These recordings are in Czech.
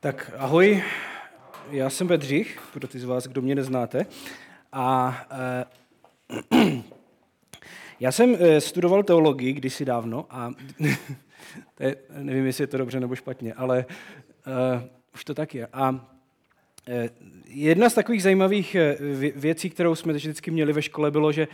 Tak ahoj, já jsem Bedřich, pro ty z vás, kdo mě neznáte. A já jsem studoval teologii kdysi dávno a nevím, jestli je to dobře nebo špatně, ale už to tak je. A jedna z takových zajímavých věcí, kterou jsme vždycky měli ve škole, bylo, že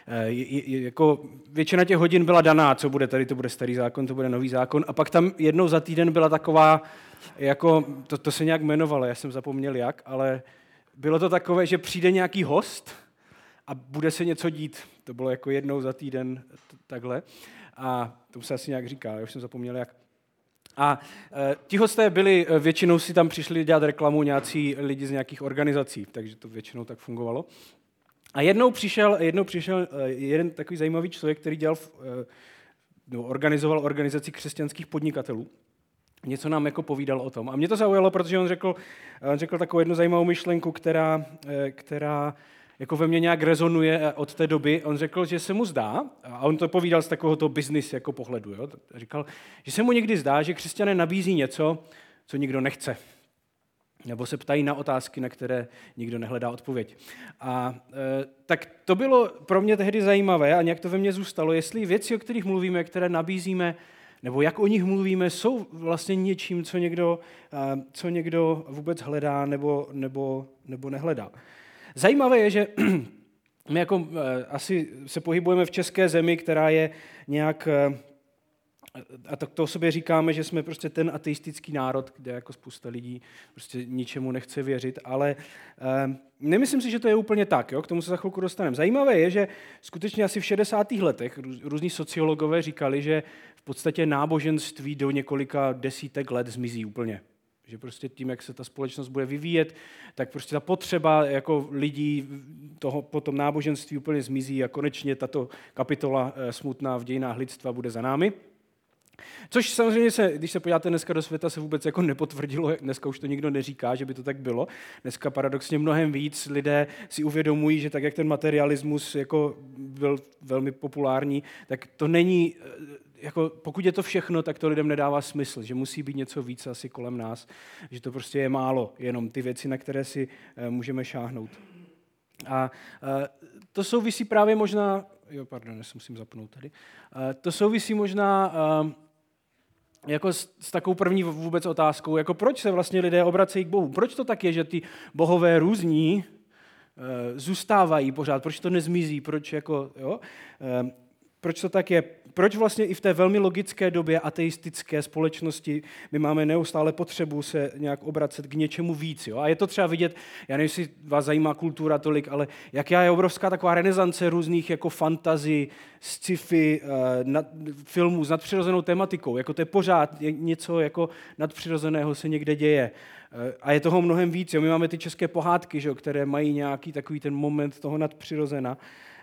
jako většina těch hodin byla daná, co bude tady, to bude starý zákon, to bude nový zákon, a pak tam jednou za týden byla taková, jako, to se nějak jmenovalo, já jsem zapomněl jak, ale bylo to takové, že přijde nějaký host a bude se něco dít. To bylo jako jednou za týden takhle. A to se asi nějak říká, já už jsem zapomněl jak. A ti hosté byli, většinou si tam přišli dělat reklamu nějací lidi z nějakých organizací, takže to většinou tak fungovalo. A jednou přišel jeden takový zajímavý člověk, který organizoval organizaci křesťanských podnikatelů. Něco nám jako povídal o tom. A mě to zaujalo, protože on řekl takovou jednu zajímavou myšlenku, která jako ve mně nějak rezonuje od té doby. On řekl, že se mu zdá, a on to povídal z takového toho business jako pohledu, jo? Říkal, že se mu někdy zdá, že křesťané nabízí něco, co nikdo nechce. Nebo se ptají na otázky, na které nikdo nehledá odpověď. A tak to bylo pro mě tehdy zajímavé a nějak to ve mně zůstalo, jestli věci, o kterých mluvíme, které nabízíme, nebo jak o nich mluvíme, jsou vlastně něčím, co někdo vůbec hledá nebo nehledá. Zajímavé je, že my jako asi se pohybujeme v české zemi, která je nějak, a tak to o sobě říkáme, že jsme prostě ten ateistický národ, kde jako spousta lidí prostě ničemu nechce věřit, ale nemyslím si, že to je úplně tak, jo? K tomu se za chvilku dostaneme. Zajímavé je, že skutečně asi v 60. letech různí sociologové říkali, že v podstatě náboženství do několika desítek let zmizí úplně. Že prostě tím, jak se ta společnost bude vyvíjet, tak prostě ta potřeba jako lidí po tom náboženství úplně zmizí a konečně tato kapitola smutná v dějinách lidstva bude za námi. Což samozřejmě když se podíváte dneska do světa, se vůbec jako nepotvrdilo, dneska už to nikdo neříká, že by to tak bylo. Dneska paradoxně mnohem víc lidé si uvědomují, že tak, jak ten materialismus jako byl velmi populární, tak to není, jako pokud je to všechno, tak to lidem nedává smysl, že musí být něco víc asi kolem nás, že to prostě je málo, jenom ty věci, na které si můžeme šáhnout. A to souvisí právě možná, musím zapnout tady, to souvisí možná jako s takovou první vůbec otázkou, jako proč se vlastně lidé obracejí k Bohu. Proč to tak je, že ty bohové různí zůstávají pořád, proč to nezmizí, proč to tak je, proč vlastně i v té velmi logické době ateistické společnosti my máme neustále potřebu se nějak obracet k něčemu víc. Jo? A je to třeba vidět, já nevím, jestli vás zajímá kultura tolik, ale jaká je obrovská taková renesance různých jako fantasy, sci-fi, filmů s nadpřirozenou tematikou. Jako to je pořád něco jako nadpřirozeného se někde děje. A je toho mnohem víc. Jo? My máme ty české pohádky, že jo, které mají nějaký takový ten moment toho nadpřirozena.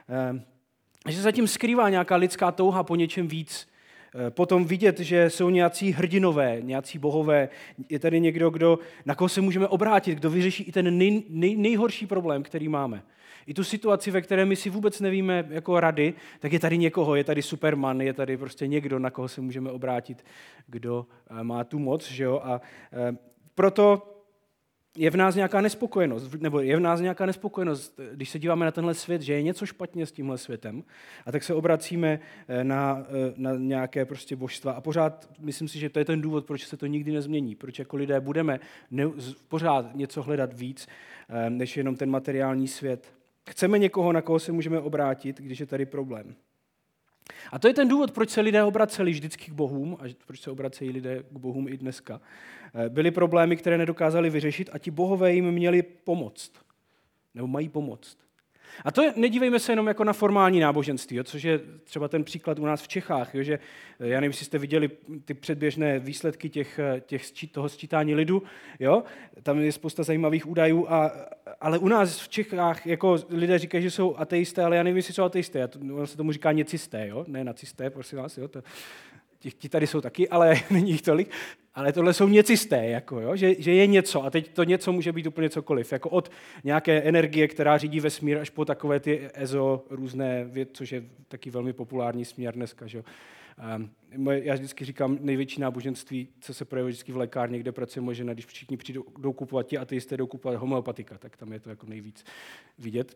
Že se zatím skrývá nějaká lidská touha po něčem víc. Potom vidět, že jsou nějací hrdinové, nějací bohové, je tady někdo, na koho se můžeme obrátit, kdo vyřeší i ten nejhorší problém, který máme. I tu situaci, ve které my si vůbec nevíme jako rady, tak je tady někoho, je tady Superman, je tady prostě někdo, na koho se můžeme obrátit, kdo má tu moc. Že jo? A proto je v nás nějaká nespokojenost, když se díváme na tenhle svět, že je něco špatně s tímhle světem, a tak se obracíme na nějaké prostě božstva. A pořád, myslím si, že to je ten důvod, proč se to nikdy nezmění, proč jako lidé budeme pořád něco hledat víc, než jenom ten materiální svět. Chceme někoho, na koho se můžeme obrátit, když je tady problém. A to je ten důvod, proč se lidé obraceli vždycky k bohům a proč se obracejí lidé k bohům i dneska. Byly problémy, které nedokázali vyřešit a ti bohové jim měli pomoct. Nebo mají pomoct. A to nedívejme se jenom jako na formální náboženství, jo, což je třeba ten příklad u nás v Čechách, jo, že já nevím, jestli jste viděli ty předběžné výsledky toho sčítání lidu, jo, tam je spousta zajímavých údajů, ale u nás v Čechách jako lidé říkají, že jsou ateisté, ale já nevím, jestli jsou ateisté, ono se tomu říká něcisté, jo, ne nacisté, prosím vás, jo, ti tady jsou taky, ale není jich tolik. Ale tohle jsou něcisté, jako, jo? Že je něco a teď to něco může být úplně cokoliv. Jako od nějaké energie, která řídí vesmír, až po takové ty EZO různé věci, což je taky velmi populární směr dneska. Že? Já vždycky říkám, největší náboženství, co se projevuje vždycky v lékárně, kde pracuje moje žena, když všichni jdou kupovat, ti ateisté jdou kupovat homeopatika, tak tam je to jako nejvíc vidět.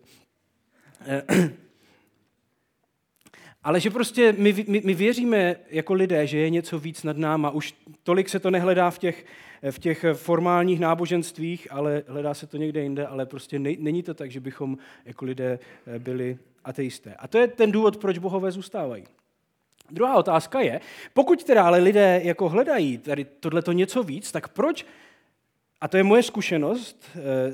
Ale že prostě my věříme jako lidé, že je něco víc nad náma. Už tolik se to nehledá v těch formálních náboženstvích, ale hledá se to někde jinde, ale prostě není to tak, že bychom jako lidé byli ateisté. A to je ten důvod, proč bohové zůstávají. Druhá otázka je, pokud teda ale lidé jako hledají tady tohleto něco víc, tak proč, a to je moje zkušenost,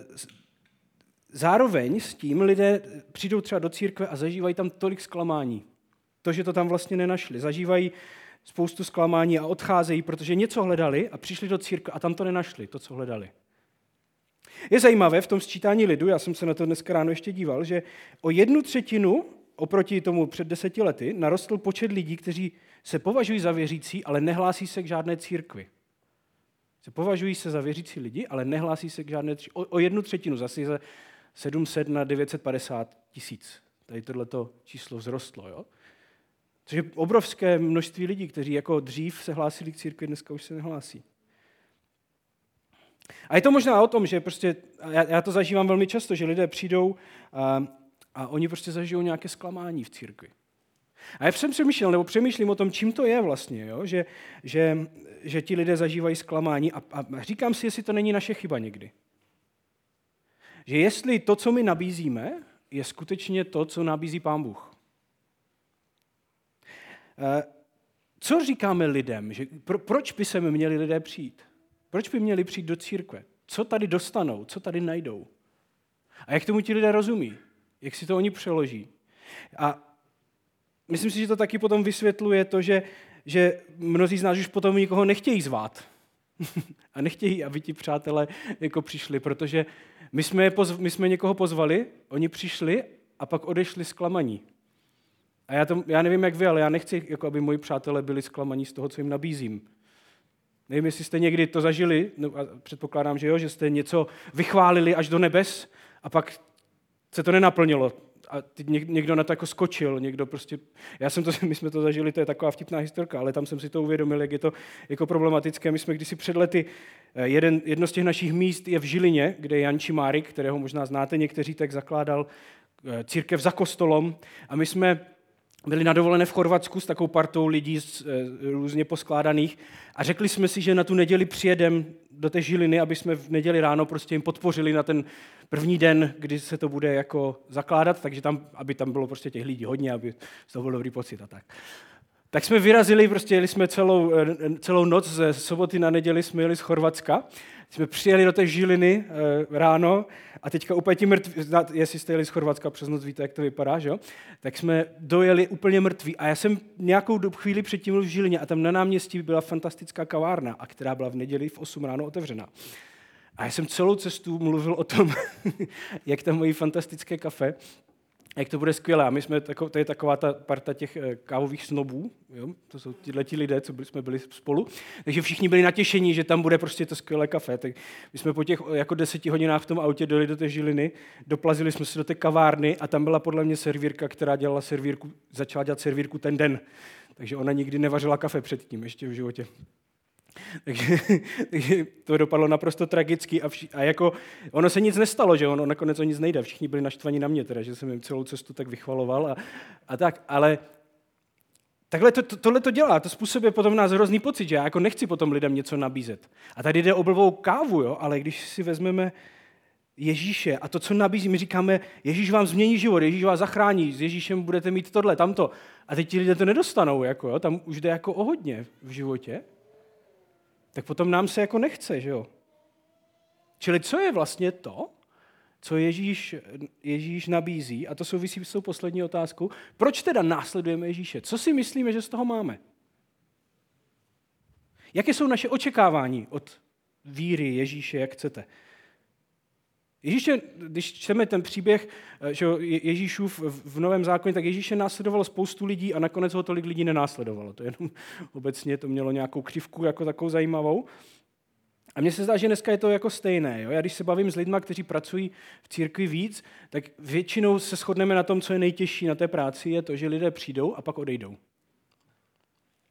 zároveň s tím lidé přijdou třeba do církve a zažívají tam tolik zklamání. To, že to tam vlastně nenašli. Zažívají spoustu zklamání a odcházejí, protože něco hledali a přišli do církve a tam to nenašli, to, co hledali. Je zajímavé v tom sčítání lidu, já jsem se na to dneska ráno ještě díval, že o 1/3 oproti tomu před 10 lety narostl počet lidí, kteří se považují za věřící, ale nehlásí se k žádné církvi. Se považují se za věřící lidi, ale nehlásí se k žádné církvi. O 1/3, zase ze 700 na 950 tisíc. Tady tohleto číslo vzrostlo, jo? Což je obrovské množství lidí, kteří jako dřív se hlásili k církvi, dneska už se nehlásí. A je to možná o tom, že prostě, já to zažívám velmi často, že lidé přijdou a oni prostě zažijou nějaké zklamání v církvi. A já jsem přemýšlím o tom, čím to je vlastně, jo? Že ti lidé zažívají zklamání a říkám si, jestli to není naše chyba někdy. Že jestli to, co my nabízíme, je skutečně to, co nabízí Pán Bůh. Co říkáme lidem? Proč by se měli lidé přijít? Proč by měli přijít do církve? Co tady dostanou? Co tady najdou? A jak tomu ti lidé rozumí? Jak si to oni přeloží? A myslím si, že to taky potom vysvětluje to, že mnozí z nás už potom nikoho nechtějí zvát. A nechtějí, aby ti přátelé jako přišli, protože my jsme někoho pozvali, oni přišli a pak odešli zklamaní. A já nevím, jak vy, ale já nechci, jako aby moji přátelé byli zklamaní z toho, co jim nabízím. Nevím, jestli jste někdy to zažili, no a předpokládám, že jo, že jste něco vychválili až do nebes a pak se to nenaplnilo. A někdo na to jako skočil, někdo prostě, my jsme to zažili, to je taková vtipná historka, ale tam jsem si to uvědomil, jak je to jako problematické. My jsme kdysi před lety, jedno z těch našich míst je v Žilině, kde je Jan Čimárik, kterého možná znáte někteří, tak zakládal církev za kostolom a my jsme byli na dovolené v Chorvatsku s takovou partou lidí různě poskládaných a řekli jsme si, že na tu neděli přijedeme do té Žiliny, aby jsme v neděli ráno prostě jim podpořili na ten první den, kdy se to bude jako zakládat, takže aby tam bylo prostě těch lidí hodně, aby to byl dobrý pocit a tak. Tak jsme vyrazili, prostě jeli jsme celou noc, ze soboty na neděli jsme jeli z Chorvatska, jsme přijeli do té Žiliny ráno a teďka úplně ti mrtví, jestli jste jeli z Chorvatska přes noc, víte, jak to vypadá, že jo? Tak jsme dojeli úplně mrtví a já jsem nějakou chvíli předtím byl v Žilině a tam na náměstí byla fantastická kavárna, a která byla v neděli v 8 ráno otevřená. A já jsem celou cestu mluvil o tom, jak tam mají fantastické kafe, jak to bude skvělé. A to je taková ta parta těch kávových snobů, jo? To jsou tihleti lidé, co jsme byli spolu. Takže všichni byli natěšení, že tam bude prostě to skvělé kafe. Tak my jsme po těch jako 10 hodinách v tom autě dojeli do té Žiliny, doplazili jsme se do té kavárny a tam byla podle mě servírka, která začala dělat servírku ten den. Takže ona nikdy nevařila kafe předtím, ještě v životě. Takže to dopadlo naprosto tragicky a jako ono se nic nestalo, že ono nakonec o nic nejde. Všichni byli naštvaní na mě, teda, že jsem jim celou cestu tak vychvaloval a tak, ale takhle tohle to dělá, to způsobuje potom nás hrozný pocit, že já jako nechci potom lidem něco nabízet. A tady jde o blbou kávu, jo, ale když si vezmeme Ježíše a to, co nabízí, my říkáme, Ježíš vám změní život, Ježíš vás zachrání, s Ježíšem budete mít tohle, tamto. A teď ti lidé to nedostanou, jako, jo, tam už jde jako o hodně v životě. Tak potom nám se jako nechce, že jo? Čili co je vlastně to, co Ježíš nabízí, a to souvisí s tou poslední otázkou, proč teda následujeme Ježíše? Co si myslíme, že z toho máme? Jaké jsou naše očekávání od víry Ježíše, jak chcete? Ježíše, když čteme ten příběh že Ježíšův v Novém zákoně, tak Ježíše následovalo spoustu lidí a nakonec ho tolik lidí nenásledovalo. To jenom obecně to mělo nějakou křivku jako takovou zajímavou. A mně se zdá, že dneska je to jako stejné. Jo? Já když se bavím s lidmi, kteří pracují v církvi víc, tak většinou se shodneme na tom, co je nejtěžší na té práci, je to, že lidé přijdou a pak odejdou.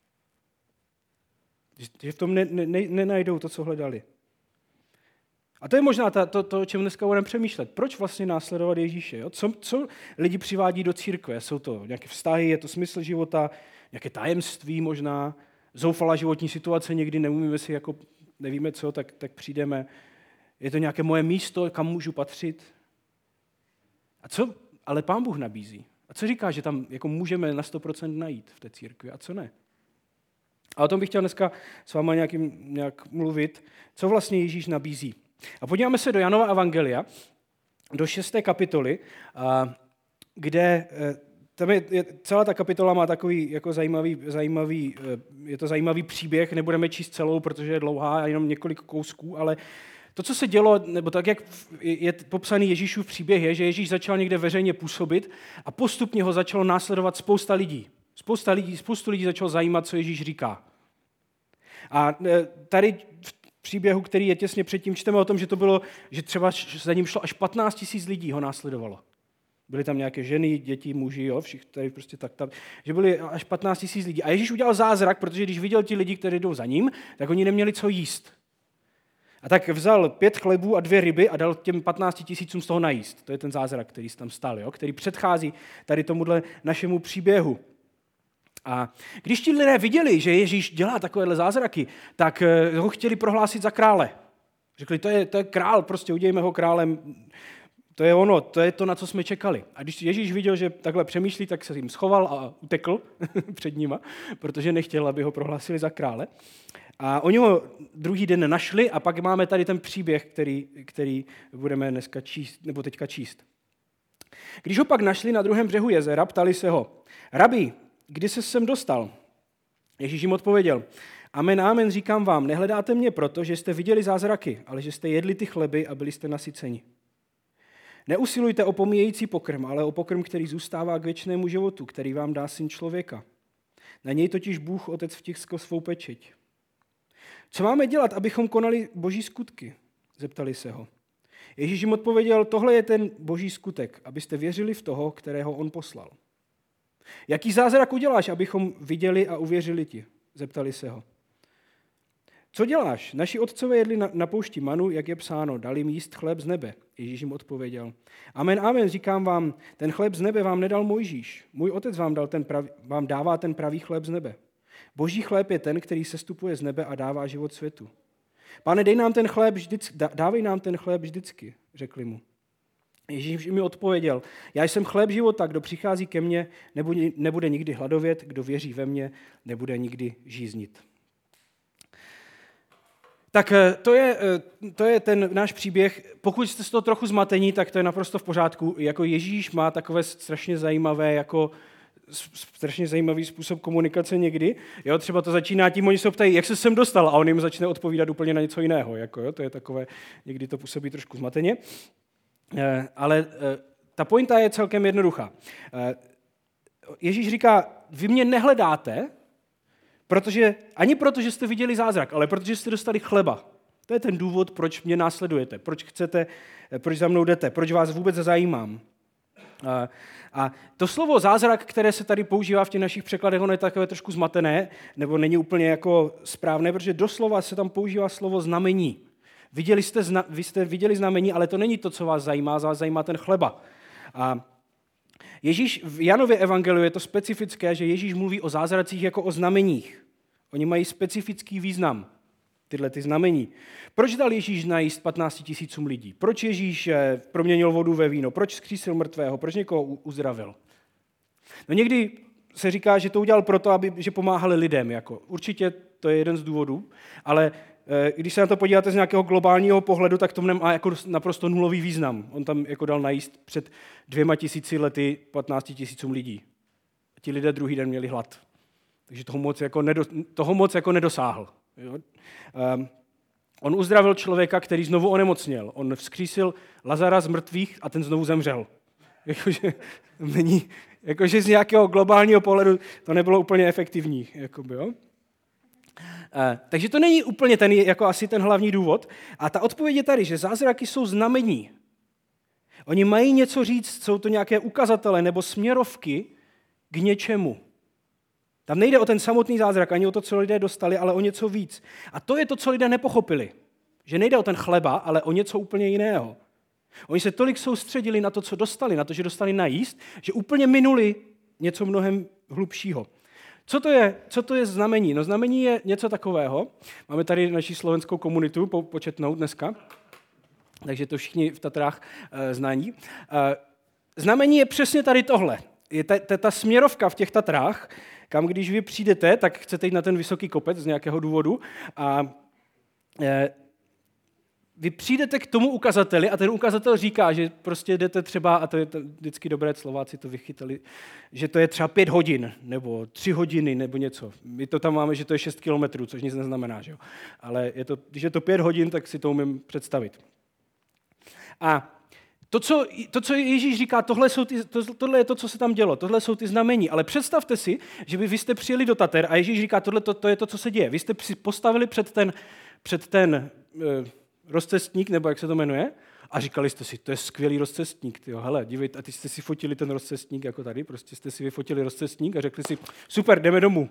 Že v tom nenajdou to, co hledali. A to je možná to, o čem dneska budeme přemýšlet. Proč vlastně následovat Ježíše? Jo? Co lidi přivádí do církve? Jsou to nějaké vztahy, je to smysl života, nějaké tajemství možná, zoufalá životní situace, někdy neumíme si, jako nevíme co, tak přijdeme. Je to nějaké moje místo, kam můžu patřit? A co ale Pán Bůh nabízí? A co říká, že tam jako můžeme na 100% najít v té církvi a co ne? A o tom bych chtěl dneska s váma nějak mluvit, co vlastně Ježíš nabízí. A podíváme se do Janova evangelia, do 6. kapitoly, kde tam je celá ta kapitola má takový jako zajímavý, je to zajímavý příběh, nebudeme číst celou, protože je dlouhá, jenom několik kousků, ale to, co se dělo, nebo tak, jak je popsaný Ježíšův příběh, je, že Ježíš začal někde veřejně působit a postupně ho začalo následovat spousta lidí. Spoustu lidí začalo zajímat, co Ježíš říká. A tady v příběhu, který je těsně předtím, čteme o tom, že to bylo, že třeba za ním šlo až 15 000 lidí ho následovalo. Byly tam nějaké ženy, děti, muži, jo, všichni tady prostě tak, že byly až 15 000 lidí. A Ježíš udělal zázrak, protože když viděl ti lidi, kteří jdou za ním, tak oni neměli co jíst. A tak vzal 5 chlebů a 2 ryby a dal těm 15 000 z toho najíst. To je ten zázrak, který se tam stal, jo, který předchází tady tomuhle našemu příběhu. A když ti lidé viděli, že Ježíš dělá takovéhle zázraky, tak ho chtěli prohlásit za krále. Řekli, to je král, prostě udějme ho králem, to je ono, to je to, na co jsme čekali. A když Ježíš viděl, že takhle přemýšlí, tak se jim schoval a utekl před nima, protože nechtěl, aby ho prohlásili za krále. A oni ho druhý den našli a pak máme tady ten příběh, který budeme dneska číst, nebo teďka číst. Když ho pak našli na druhém břehu jezera, ptali se ho, Rabi, kdy ses sem dostal? Ježíš jim odpověděl, amen, amen, říkám vám, nehledáte mě proto, že jste viděli zázraky, ale že jste jedli ty chleby a byli jste nasyceni. Neusilujte o pomíjející pokrm, ale o pokrm, který zůstává k věčnému životu, který vám dá Syn člověka. Na něj totiž Bůh Otec vtiskl svou pečeť. Co máme dělat, abychom konali boží skutky? Zeptali se ho. Ježíš jim odpověděl, tohle je ten boží skutek, abyste věřili v toho, kterého on poslal. Jaký zázrak uděláš, abychom viděli a uvěřili ti? Zeptali se ho. Co děláš? Naši otcové jedli na poušti manu, jak je psáno, dali jim jíst chléb z nebe. Ježíš jim odpověděl. Amen, amen, říkám vám, ten chléb z nebe vám nedal Mojžíš. Můj otec vám dává ten pravý chléb z nebe. Boží chléb je ten, který sestupuje z nebe a dává život světu. Pane, dávej nám ten chléb vždycky, řekli mu. Ježíš mi odpověděl, já jsem chléb života, kdo přichází ke mně, nebude nikdy hladovět, kdo věří ve mě, nebude nikdy žíznit. Tak to je ten náš příběh. Pokud jste z toho trochu zmatení, tak to je naprosto v pořádku. Jako Ježíš má takové strašně zajímavý způsob komunikace někdy. Jo, třeba to začíná tím, oni se ptají, jak se sem dostal, a on jim začne odpovídat úplně na něco jiného. To je takové, někdy to působí trošku zmateně. Ale ta pointa je celkem jednoduchá. Ježíš říká, vy mě nehledáte, ani proto, že jste viděli zázrak, ale protože jste dostali chleba. To je ten důvod, proč mě následujete, proč za mnou jdete, proč vás vůbec zajímám. A to slovo zázrak, které se tady používá v těch našich překladech, ono je takové trošku zmatené, nebo není úplně jako správné, protože doslova se tam používá slovo znamení. Vy jste viděli znamení, ale to není to, co vás zajímá ten chleba. A Ježíš v Janově evangeliu je to specifické, že Ježíš mluví o zázracích jako o znameních. Oni mají specifický význam, tyhle ty znamení. Proč dal Ježíš najíst 15 000 lidí? Proč Ježíš proměnil vodu ve víno? Proč vzkřísil mrtvého? Proč někoho uzdravil? No někdy se říká, že to udělal proto, že pomáhali lidem. Určitě to je jeden z důvodů, ale když se na to podíváte z nějakého globálního pohledu, tak to má jako naprosto nulový význam. On tam jako dal najíst před 2000 lety 15 000 lidí. A ti lidé druhý den měli hlad. Takže toho moc jako nedosáhl. Jo? On uzdravil člověka, který znovu onemocněl. On vzkřísil Lazara z mrtvých a ten znovu zemřel. Jakože z nějakého globálního pohledu to nebylo úplně efektivní. Jo? Takže to není úplně asi ten hlavní důvod. A ta odpověď je tady, že zázraky jsou znamení. Oni mají něco říct, jsou to nějaké ukazatele nebo směrovky k něčemu. Tam nejde o ten samotný zázrak, ani o to, co lidé dostali, ale o něco víc. A to je to, co lidé nepochopili. Že nejde o ten chleba, ale o něco úplně jiného. Oni se tolik soustředili na to, co dostali, na to, že dostali najíst, že úplně minuli něco mnohem hlubšího. Co to je znamení? No znamení je něco takového. Máme tady naši slovenskou komunitu početnou dneska, takže to všichni v Tatrách znají. Znamení je přesně tady tohle. Je ta směrovka v těch Tatrách, kam když vy přijdete, tak chcete jít na ten vysoký kopec z nějakého důvodu a vy přijdete k tomu ukazateli a ten ukazatel říká, že prostě jdete třeba, a to je vždycky dobré, Slováci to vychytali, že to je třeba 5 hodin, nebo 3 hodiny, nebo něco. My to tam máme, že to je 6 kilometrů, což nic neznamená, že jo. Ale když je to 5 hodin, tak si to umím představit. A to, co Ježíš říká, tohle je to, co se tam dělo, tohle jsou ty znamení. Ale představte si, že vy jste přijeli do Tater a Ježíš říká, to je to, co se děje. Vy jste postavili před ten rozcestník, nebo jak se to jmenuje, a říkali jste si, to je skvělý rozcestník, tyjo, hele, dívejte, a ty jste si fotili ten rozcestník jako tady, prostě jste si vyfotili rozcestník a řekli si, super, jdeme domů.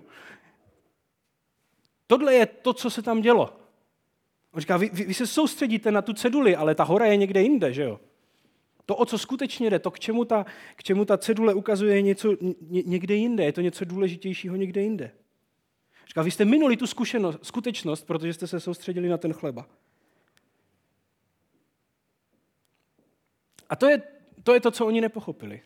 Tohle je to, co se tam dělo. On říká, vy se soustředíte na tu ceduli, ale ta hora je někde jinde, že jo? To, o co skutečně jde, to, k čemu ta cedule ukazuje, je něco někde jinde, je to něco důležitějšího někde jinde. Říká, vy jste minuli tu skutečnost, protože jste se soustředili na ten chleba. A to je to, co oni nepochopili.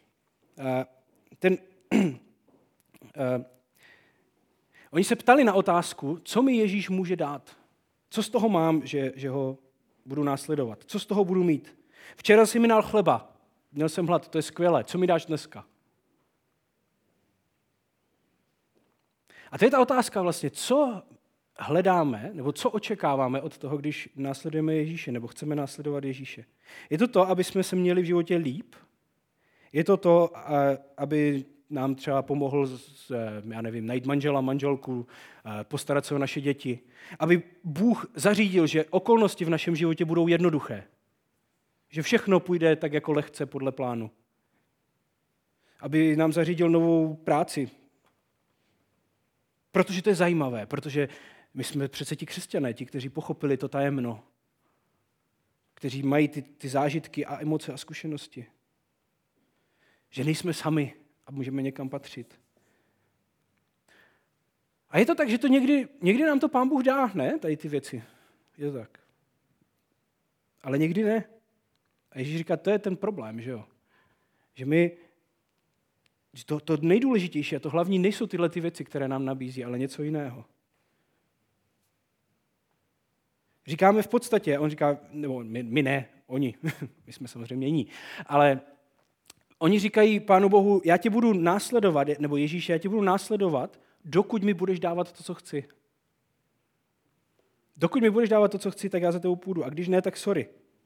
Oni se ptali na otázku, co mi Ježíš může dát. Co z toho mám, že ho budu následovat? Co z toho budu mít? Včera jsi mi dal chleba, měl jsem hlad, to je skvělé. Co mi dáš dneska? A to je ta otázka vlastně, co hledáme, nebo co očekáváme od toho, když následujeme Ježíše, nebo chceme následovat Ježíše. Je to to, aby jsme se měli v životě líp? Je to to, aby nám třeba pomohl, najít manžela, manželku, postarat se o naše děti? Aby Bůh zařídil, že okolnosti v našem životě budou jednoduché? Že všechno půjde tak jako lehce podle plánu? Aby nám zařídil novou práci? Protože to je zajímavé, protože my jsme přece ti křesťané, ti, kteří pochopili to tajemno, kteří mají ty zážitky a emoce a zkušenosti. Že nejsme sami a můžeme někam patřit. A je to tak, že to někdy nám to Pán Bůh dá, ne? Tady ty věci. Je to tak. Ale někdy ne. A Ježíš říká, to je ten problém, že jo? Že to nejdůležitější a to hlavní nejsou tyhle ty věci, které nám nabízí, ale něco jiného. Říkáme v podstatě, on říká, nebo my ne, oni, my jsme samozřejmě jiní, ale oni říkají Pánu Bohu, já tě budu následovat, nebo Ježíši, já tě budu následovat, dokud mi budeš dávat to, co chci. Dokud mi budeš dávat to, co chci, tak já za tebou půjdu. A když ne, tak sorry.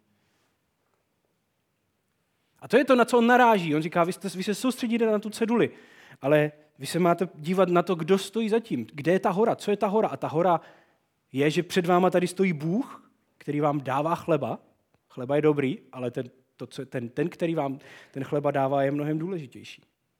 A to je to, na co on naráží. On říká, vy se soustředíte na tu ceduli, ale vy se máte dívat na to, kdo stojí za tím. Kde je ta hora? Co je ta hora? A ta hora je, že před váma tady stojí Bůh, který vám dává chleba. Chleba je dobrý, ale ten, který vám ten chleba dává, je mnohem důležitější.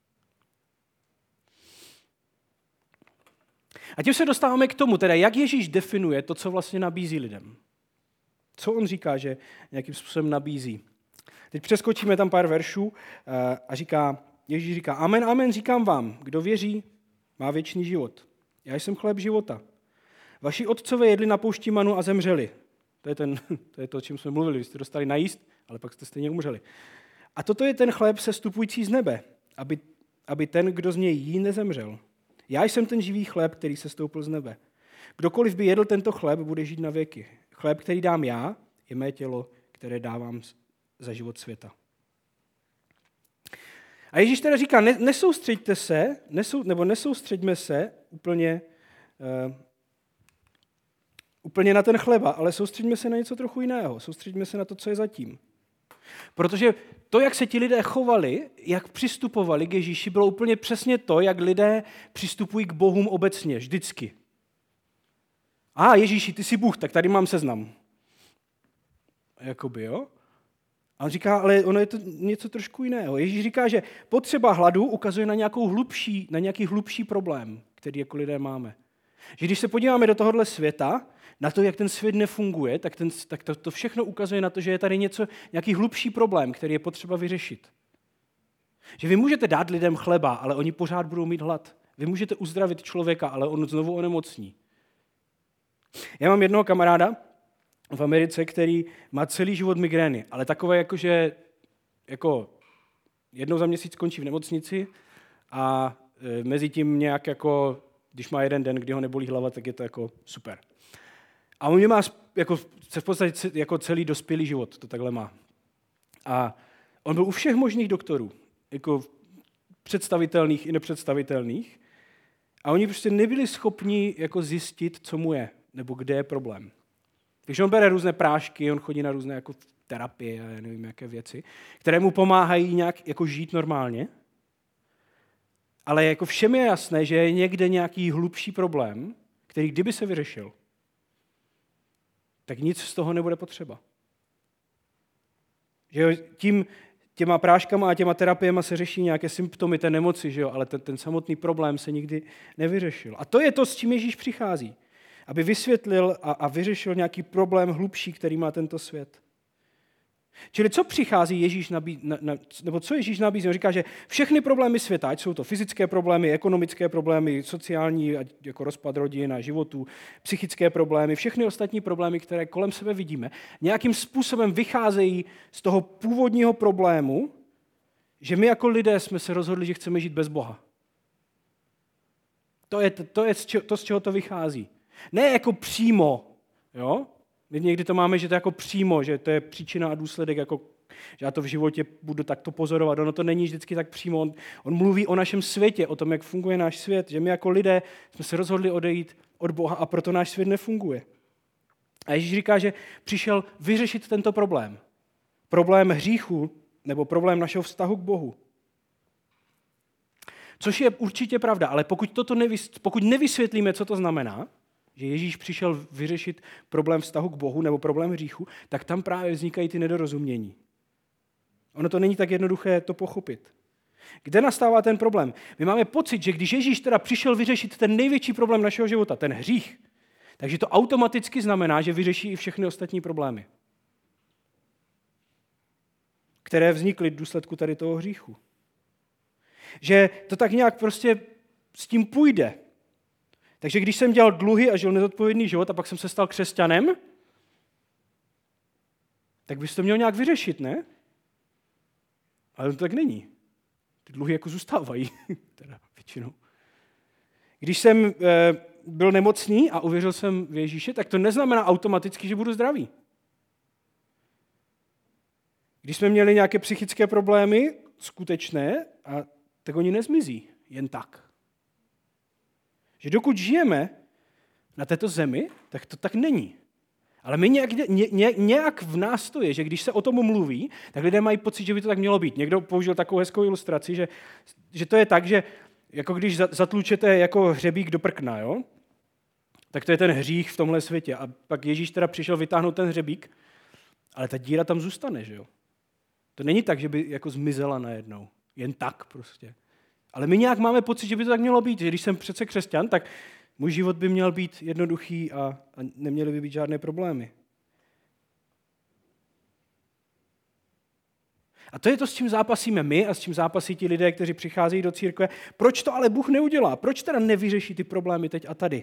A tím se dostáváme k tomu, teda jak Ježíš definuje to, co vlastně nabízí lidem. Co on říká, že nějakým způsobem nabízí. Teď přeskočíme tam pár veršů a Ježíš říká, amen, amen, říkám vám, kdo věří, má věčný život. Já jsem chléb života. Vaši otcové jedli na poušti manu a zemřeli. To je to, o čem jsme mluvili. Vy jste dostali najíst, ale pak jste stejně umřeli. A toto je ten chléb sestupující z nebe, aby ten, kdo z něj jí, nezemřel. Já jsem ten živý chléb, který sestoupil z nebe. Kdokoliv by jedl tento chléb, bude žít na věky. Chléb, který dám já, je mé tělo, které dávám za život světa. A Ježíš teda říká, nesoustřeďme se úplně na ten chleba, ale soustřeďme se na něco trochu jiného. Soustřeďme se na to, co je zatím. Protože to, jak se ti lidé chovali, jak přistupovali k Ježíši, bylo úplně přesně to, jak lidé přistupují k bohům obecně, vždycky. Ježíši, ty jsi Bůh, tak tady mám seznam. Jakoby, jo? A on říká, ale ono je to něco trošku jiného. Ježíš říká, že potřeba hladu ukazuje na nějaký hlubší problém. který jako lidé máme. Že když se podíváme do tohohle světa, na to, jak ten svět nefunguje, tak to všechno ukazuje na to, že je tady nějaký hlubší problém, který je potřeba vyřešit. Že vy můžete dát lidem chleba, ale oni pořád budou mít hlad. Vy můžete uzdravit člověka, ale on znovu onemocní. Já mám jednoho kamaráda v Americe, který má celý život migrény, ale takové že jednou za měsíc končí v nemocnici a mezi tím nějak když má jeden den, kdy ho nebolí hlava, tak je to super. A on má v podstatě celý dospělý život, to takhle má. A on byl u všech možných doktorů, představitelných i nepředstavitelných, a oni prostě nebyli schopni zjistit, co mu je, nebo kde je problém. Takže on bere různé prášky, on chodí na různé terapie a já nevím, jaké věci, které mu pomáhají nějak žít normálně, ale všem je jasné, že je někde nějaký hlubší problém, který kdyby se vyřešil, tak nic z toho nebude potřeba. Že těma práškama a těma terapiema se řeší nějaké symptomy té nemoci, že jo? Ale ten samotný problém se nikdy nevyřešil. A to je to, s čím Ježíš přichází. Aby vysvětlil a vyřešil nějaký problém hlubší, který má tento svět. Čili co přichází Ježíš nebo co Ježíš nabízí? On říká, že všechny problémy světa, ať jsou to fyzické problémy, ekonomické problémy, sociální, jako rozpad rodin a životů, psychické problémy, všechny ostatní problémy, které kolem sebe vidíme, nějakým způsobem vycházejí z toho původního problému, že my jako lidé jsme se rozhodli, že chceme žít bez Boha. To je z čeho to vychází. Ne jako přímo, jo? My někdy to máme, že to je přímo, že to je příčina a důsledek, že já to v životě budu takto pozorovat. Ono to není vždycky tak přímo. On mluví o našem světě, o tom, jak funguje náš svět, že my jako lidé jsme se rozhodli odejít od Boha a proto náš svět nefunguje. A Ježíš říká, že přišel vyřešit tento problém. Problém hříchu nebo problém našeho vztahu k Bohu. Což je určitě pravda, ale pokud nevysvětlíme, co to znamená, že Ježíš přišel vyřešit problém vztahu k Bohu nebo problém hříchu, tak tam právě vznikají ty nedorozumění. Ono to není tak jednoduché to pochopit. Kde nastává ten problém? My máme pocit, že když Ježíš teda přišel vyřešit ten největší problém našeho života, ten hřích, takže to automaticky znamená, že vyřeší i všechny ostatní problémy, které vznikly v důsledku tady toho hříchu. Že to tak nějak prostě s tím půjde. Takže když jsem dělal dluhy a žil nezodpovědný život a pak jsem se stal křesťanem, tak bys to měl nějak vyřešit, ne? Ale to tak není. Ty dluhy zůstávají, teda většinou. Když jsem byl nemocný a uvěřil jsem v Ježíše, tak to neznamená automaticky, že budu zdravý. Když jsme měli nějaké psychické problémy, skutečné, tak oni nezmizí jen tak. Že dokud žijeme na této zemi, tak to tak není. Ale my nějak v nás to je, že když se o tom mluví, tak lidé mají pocit, že by to tak mělo být. Někdo použil takovou hezkou ilustraci, že to je tak, že jako když zatlučete jako hřebík do prkna, jo? Tak to je ten hřích v tomhle světě. A pak Ježíš teda přišel vytáhnout ten hřebík, ale ta díra tam zůstane, že jo? To není tak, že by zmizela najednou. Jen tak prostě. Ale my nějak máme pocit, že by to tak mělo být. Že když jsem přece křesťan, tak můj život by měl být jednoduchý a neměly by být žádné problémy. A to je to, s čím zápasíme my a s čím zápasí ti lidé, kteří přicházejí do církve. Proč to ale Bůh neudělá? Proč teda nevyřeší ty problémy teď a tady?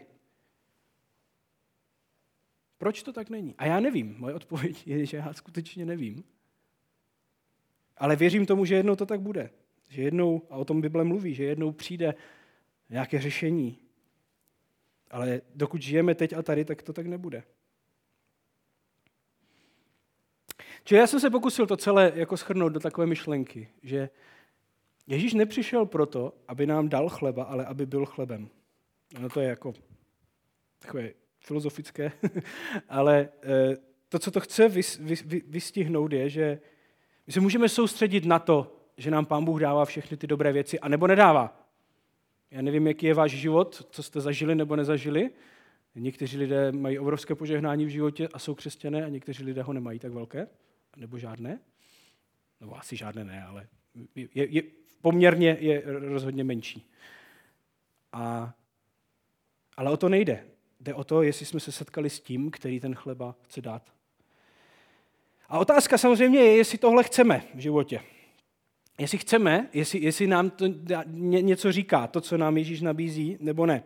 Proč to tak není? A já nevím. Moje odpověď je, že já skutečně nevím. Ale věřím tomu, že jednou to tak bude. Že jednou, a o tom Bible mluví, že jednou přijde nějaké řešení. Ale dokud žijeme teď a tady, tak to tak nebude. Čili já jsem se pokusil to celé shrnout do takové myšlenky, že Ježíš nepřišel proto, aby nám dal chleba, ale aby byl chlebem. No to je takové filozofické, ale to, co to chce vystihnout, je, že my se můžeme soustředit na to, že nám Pán Bůh dává všechny ty dobré věci, anebo nedává. Já nevím, jaký je váš život, co jste zažili nebo nezažili. Někteří lidé mají obrovské požehnání v životě a jsou křesťané a někteří lidé ho nemají tak velké, nebo žádné. Nebo asi žádné ne, ale poměrně je rozhodně menší. A Ale o to nejde. Jde o to, jestli jsme se setkali s tím, který ten chleba chce dát. A otázka samozřejmě je, jestli tohle chceme v životě. Jestli chceme, jestli nám to něco říká, to, co nám Ježíš nabízí, nebo ne.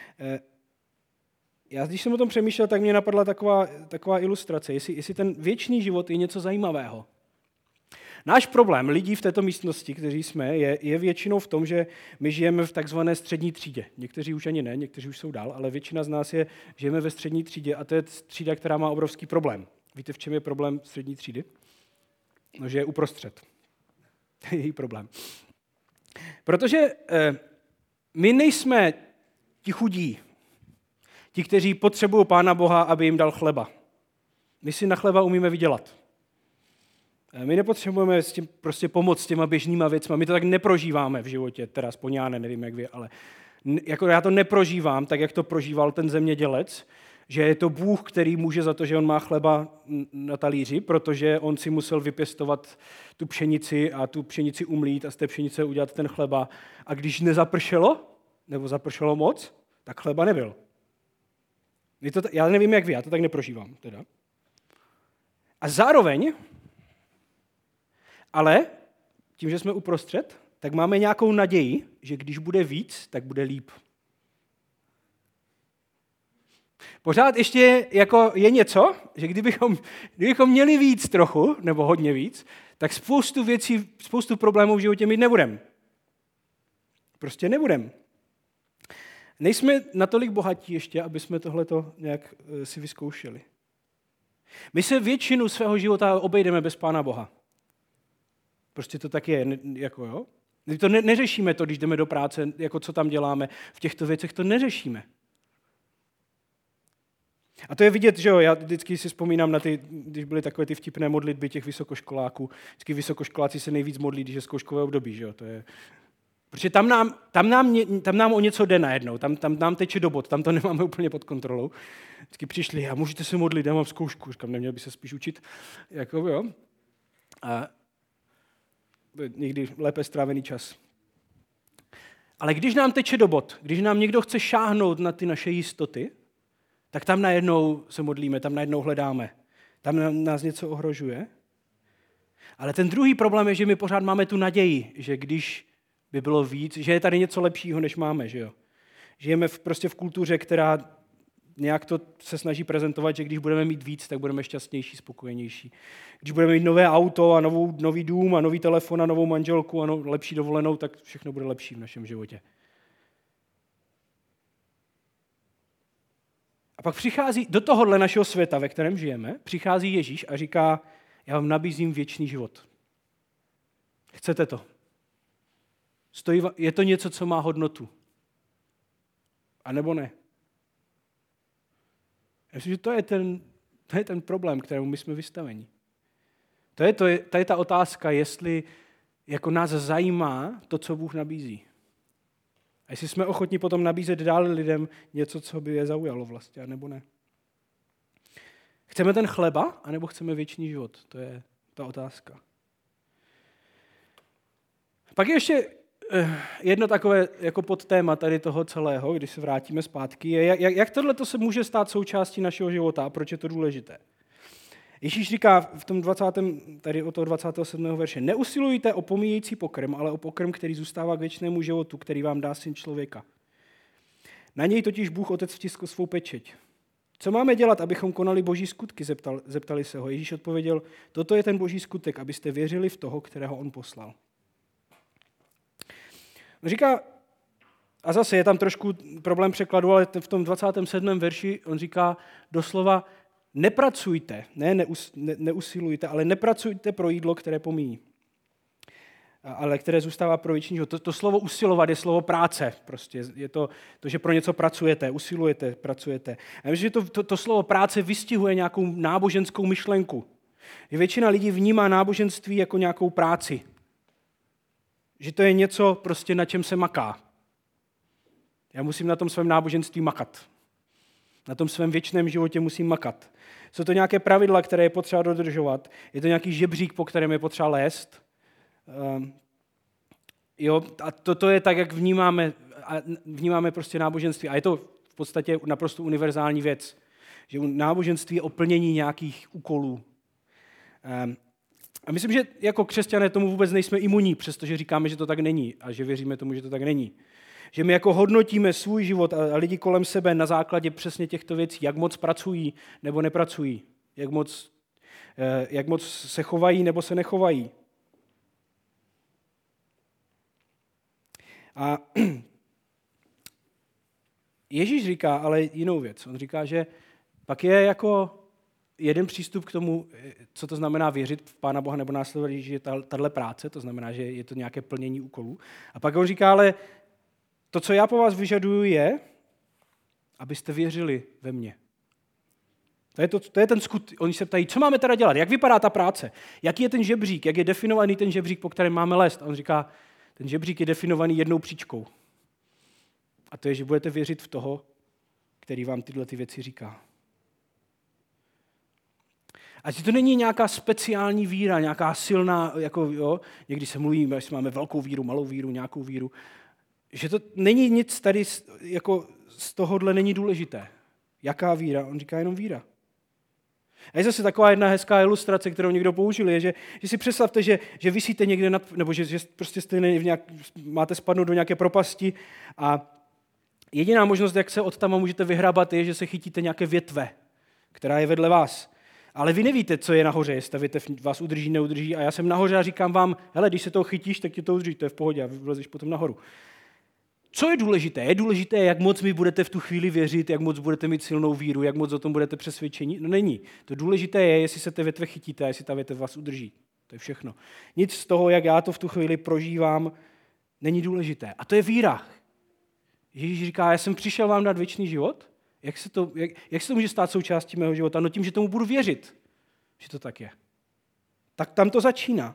Já, když jsem o tom přemýšlel, tak mě napadla taková ilustrace, jestli ten věčný život je něco zajímavého. Náš problém lidí v této místnosti, kteří jsme, je většinou v tom, že my žijeme v takzvané střední třídě. Někteří už ani ne, někteří už jsou dál, ale většina z nás žijeme ve střední třídě a to je třída, která má obrovský problém. Víte, v čem je problém střední třídy? No, že je uprostřed. To je její problém. Protože my nejsme ti chudí, ti, kteří potřebují Pána Boha, aby jim dal chleba. My si na chleba umíme vydělat. My nepotřebujeme s tím prostě pomoct s těma běžnýma věcma. My to tak neprožíváme v životě, teda aspoň já nevím, jak vy, ale jako já to neprožívám tak, jak to prožíval ten zemědělec, že je to Bůh, který může za to, že on má chleba na talíři, protože on si musel vypěstovat tu pšenici a tu pšenici umlít a z té pšenice udělat ten chleba. A když nezapršelo, nebo zapršelo moc, tak chleba nebyl. Já nevím, jak vy, já to tak neprožívám. Teda. A zároveň, ale tím, že jsme uprostřed, tak máme nějakou naději, že když bude víc, tak bude líp. Pořád ještě jako je něco, že kdybychom měli víc trochu, nebo hodně víc, tak spoustu věcí, spoustu problémů v životě mít nebudeme. Prostě nebudeme. Nejsme natolik bohatí ještě, aby jsme tohleto nějak si vyzkoušeli. My se většinu svého života obejdeme bez Pána Boha. Prostě to tak je, jako jo. My to neřešíme to, když jdeme do práce, jako co tam děláme, v těchto věcech to neřešíme. A to je vidět, že jo, já vždycky si vzpomínám na když byly takové ty vtipné modlitby těch vysokoškoláků. Vždycky vysokoškoláci se nejvíc modlí, když je zkouškové období, že jo, to je... Protože tam nám o něco jde najednou, tam nám teče do bod, tam to nemáme úplně pod kontrolou. Vždycky přišli, a můžete se modlit, já mám zkoušku, říkám, neměl by se spíš učit, jako jo. A někdy lépe strávený čas. Ale když nám teče do bod, když nám někdo chce šáhnout na ty naše jistoty, tak tam najednou se modlíme, tam najednou hledáme. Tam nás něco ohrožuje. Ale ten druhý problém je, že my pořád máme tu naději, že když by bylo víc, že je tady něco lepšího, než máme, že jo. Žijeme prostě v kultuře, která nějak to se snaží prezentovat, že když budeme mít víc, tak budeme šťastnější, spokojenější. Když budeme mít nové auto a nový dům a nový telefon a novou manželku a lepší dovolenou, tak všechno bude lepší v našem životě. A pak přichází do tohohle našeho světa, ve kterém žijeme, přichází Ježíš a říká, já vám nabízím věčný život. Chcete to? Je to něco, co má hodnotu? A nebo ne? Já myslím, že to je ten problém, kterému my jsme vystaveni. To je ta otázka, jestli jako nás zajímá to, co Bůh nabízí. A jestli jsme ochotní potom nabízet dál lidem něco, co by je zaujalo vlastně, nebo ne. Chceme ten chleba, anebo chceme věčný život? To je ta otázka. Pak je ještě jedno takové jako podtéma tady toho celého, když se vrátíme zpátky, je, jak tohle se může stát součástí našeho života a proč je to důležité. Ježíš říká v tom 27. verše, neusilujte o pomíjející pokrm, ale o pokrm, který zůstává k věčnému životu, který vám dá Syn člověka. Na něj totiž Bůh Otec vtiskl svou pečeť. Co máme dělat, abychom konali boží skutky, zeptali se ho. Ježíš odpověděl, toto je ten boží skutek, abyste věřili v toho, kterého on poslal. On říká, a zase je tam trošku problém překladu, ale v tom 27. verši on říká doslova, nepracujte, neusilujte, ale nepracujte pro jídlo, které pomíjí, ale které zůstává pro věčný život. To slovo usilovat je slovo práce. Prostě je to, že pro něco pracujete, usilujete, pracujete. A myslím, že to slovo práce vystihuje nějakou náboženskou myšlenku. Že většina lidí vnímá náboženství jako nějakou práci. Že to je něco, prostě, na čem se maká. Já musím na tom svém náboženství makat. Na tom svém věčném životě musím makat. Jsou to nějaké pravidla, které je potřeba dodržovat. Je to nějaký žebřík, po kterém je potřeba lézt. A to je tak, jak vnímáme prostě náboženství. A je to v podstatě naprosto univerzální věc. Že náboženství je o plnění nějakých úkolů. A myslím, že jako křesťané tomu vůbec nejsme imunní, přestože říkáme, že to tak není a že věříme tomu, že to tak není. Že my jako hodnotíme svůj život a lidi kolem sebe na základě přesně těchto věcí, jak moc pracují nebo nepracují, jak moc se chovají nebo se nechovají. A Ježíš říká ale jinou věc. On říká, že pak je jako jeden přístup k tomu, co to znamená věřit v Pána Boha nebo následovat Ježíše, tahle práce, to znamená, že je to nějaké plnění úkolů. A pak on říká, ale to, co já po vás vyžaduju, je, abyste věřili ve mě. To je ten skutek. Oni se ptají, co máme teda dělat, jak vypadá ta práce, jaký je ten žebřík, jak je definovaný ten žebřík, po kterém máme lézt. A on říká, ten žebřík je definovaný jednou příčkou. A to je, že budete věřit v toho, který vám tyhle ty věci říká. A že to není nějaká speciální víra, nějaká silná, jako jo, někdy se mluví, že máme velkou víru, malou víru, nějakou víru, že to není nic tady, jako z tohohle není důležité. Jaká víra? On říká jenom víra. A je zase taková jedna hezká ilustrace, kterou někdo použil, je, že si představte, že visíte někde nebo že prostě jste máte spadnout do nějaké propasti a jediná možnost, jak se od tam můžete vyhrabat, je, že se chytíte nějaké větve, která je vedle vás. Ale vy nevíte, co je nahoře, jestli ta větev vás udrží, neudrží. A já jsem nahoře a říkám vám, hele, když se toho chytíš, tak tě to udrží, to je v pohodě a vylezeš potom nahoru. Co je důležité? Je důležité, jak moc mi budete v tu chvíli věřit, jak moc budete mít silnou víru, jak moc o tom budete přesvědčení? No není. To důležité je, jestli se té větve chytíte a jestli ta větev vás udrží. To je všechno. Nic z toho, jak já to v tu chvíli prožívám, není důležité. A to je víra. Ježíš říká, já jsem přišel vám dát věčný život. Jak se to může stát součástí mého života? No tím, že tomu budu věřit, že to tak je. Tak tam to začíná.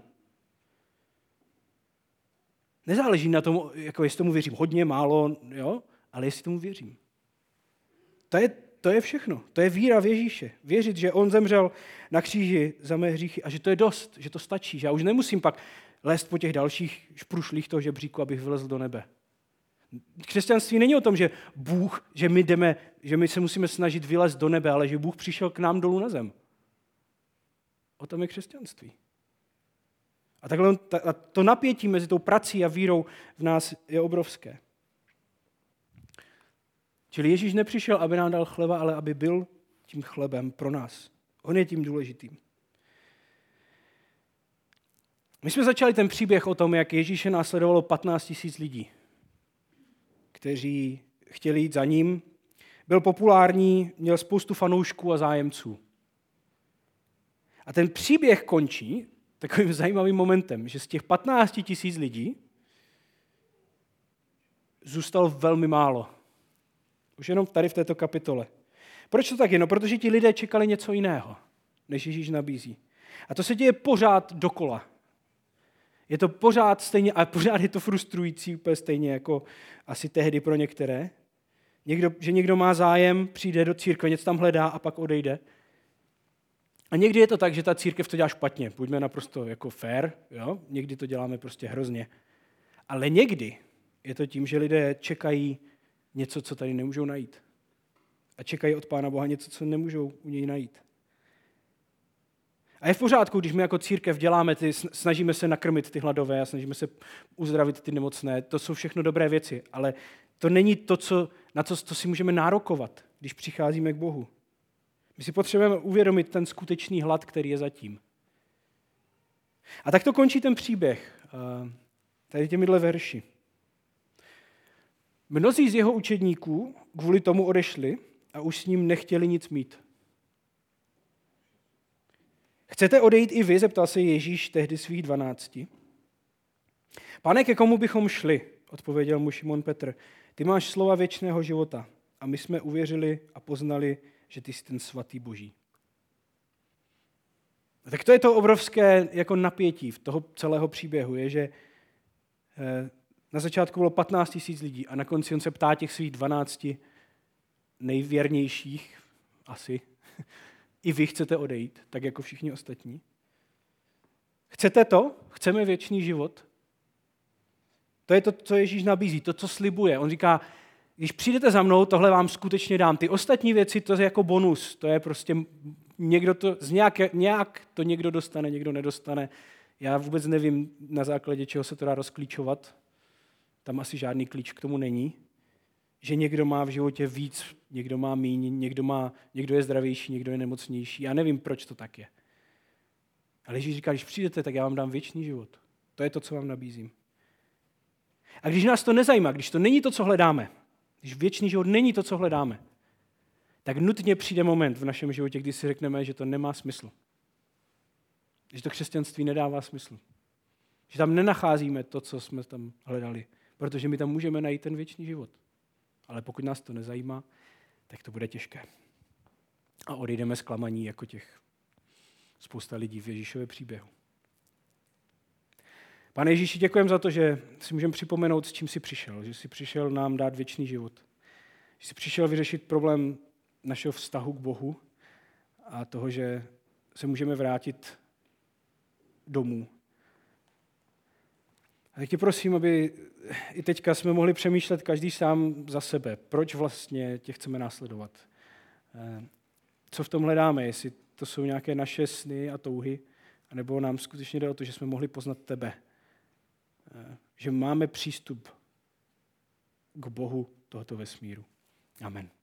Nezáleží na tom, jako jestli tomu věřím hodně, málo, jo? Ale jestli tomu věřím. To je všechno. To je víra v Ježíše. Věřit, že on zemřel na kříži za mé hříchy a že to je dost, že to stačí, že já už nemusím pak lézt po těch dalších šprušlích toho žebříku, abych vylezl do nebe. Křesťanství není o tom, že Bůh, že my se musíme snažit vylézt do nebe, ale že Bůh přišel k nám dolů na zem. O tom je křesťanství. A takhle to napětí mezi tou prací a vírou v nás je obrovské. Čili Ježíš nepřišel, aby nám dal chleba, ale aby byl tím chlebem pro nás. On je tím důležitým. My jsme začali ten příběh o tom, jak Ježíše následovalo 15 000 lidí, kteří chtěli jít za ním. Byl populární, měl spoustu fanoušků a zájemců. A ten příběh končí takovým zajímavým momentem, že z těch 15 000 lidí zůstalo velmi málo. Už jenom tady v této kapitole. Proč to tak je? No, protože ti lidé čekali něco jiného, než Ježíš nabízí. A to se děje pořád dokola. Je to pořád stejně, a pořád je to frustrující, úplně stejně jako asi tehdy pro některé. Že někdo má zájem, přijde do církve, něco tam hledá a pak odejde. A někdy je to tak, že ta církev to dělá špatně. Buďme naprosto jako fair, jo? Někdy to děláme prostě hrozně. Ale někdy je to tím, že lidé čekají něco, co tady nemůžou najít. A čekají od Pána Boha něco, co nemůžou u něj najít. A je v pořádku, když my jako církev děláme, snažíme se nakrmit ty hladové a snažíme se uzdravit ty nemocné. To jsou všechno dobré věci, ale to není to, na co si můžeme nárokovat, když přicházíme k Bohu. My si potřebujeme uvědomit ten skutečný hlad, který je zatím. A tak to končí ten příběh, tady těmihle verši. Mnozí z jeho učedníků kvůli tomu odešli a už s ním nechtěli nic mít. Chcete odejít i vy, zeptal se Ježíš tehdy svých 12. Pane, ke komu bychom šli? Odpověděl mu Šimon Petr. Ty máš slova věčného života a my jsme uvěřili a poznali, že ty jsi ten svatý Boží. Tak to je to obrovské jako napětí v toho celého příběhu, je, že na začátku bylo 15 000 lidí a na konci on se ptá těch svých 12 nejvěrnějších, asi, i vy chcete odejít, tak jako všichni ostatní. Chcete to? Chceme věčný život? To je to, co Ježíš nabízí, to, co slibuje. On říká, Když přijdete za mnou, tohle vám skutečně dám. Ty ostatní věci, to je jako bonus. To je prostě někdo to, nějak to někdo dostane, někdo nedostane. Já vůbec nevím, na základě čeho se to dá rozklíčovat. Tam asi žádný klíč k tomu není. Že někdo má v životě víc, někdo má míň, někdo je zdravější, někdo je nemocnější. Já nevím, proč to tak je. Ale Ježíš říká, když přijdete, tak já vám dám věčný život. To je to, co vám nabízím. A když nás to nezajímá, když to není to, co hledáme, když věčný život není to, co hledáme, tak nutně přijde moment v našem životě, kdy si řekneme, že to nemá smysl. Že to křesťanství nedává smysl. Že tam nenacházíme to, co jsme tam hledali. Protože my tam můžeme najít ten věčný život. Ale pokud nás to nezajímá, tak to bude těžké. A odejdeme zklamaní jako těch spousta lidí v Ježíšově příběhu. Pane Ježíši, děkujeme za to, že si můžeme připomenout, s čím jsi přišel. Že jsi přišel nám dát věčný život. Že jsi přišel vyřešit problém našeho vztahu k Bohu a toho, že se můžeme vrátit domů. A tak tě prosím, aby i teďka jsme mohli přemýšlet každý sám za sebe. Proč vlastně tě chceme následovat? Co v tom hledáme? Jestli to jsou nějaké naše sny a touhy, anebo nám skutečně jde o to, že jsme mohli poznat tebe. Že máme přístup k Bohu tohoto vesmíru. Amen.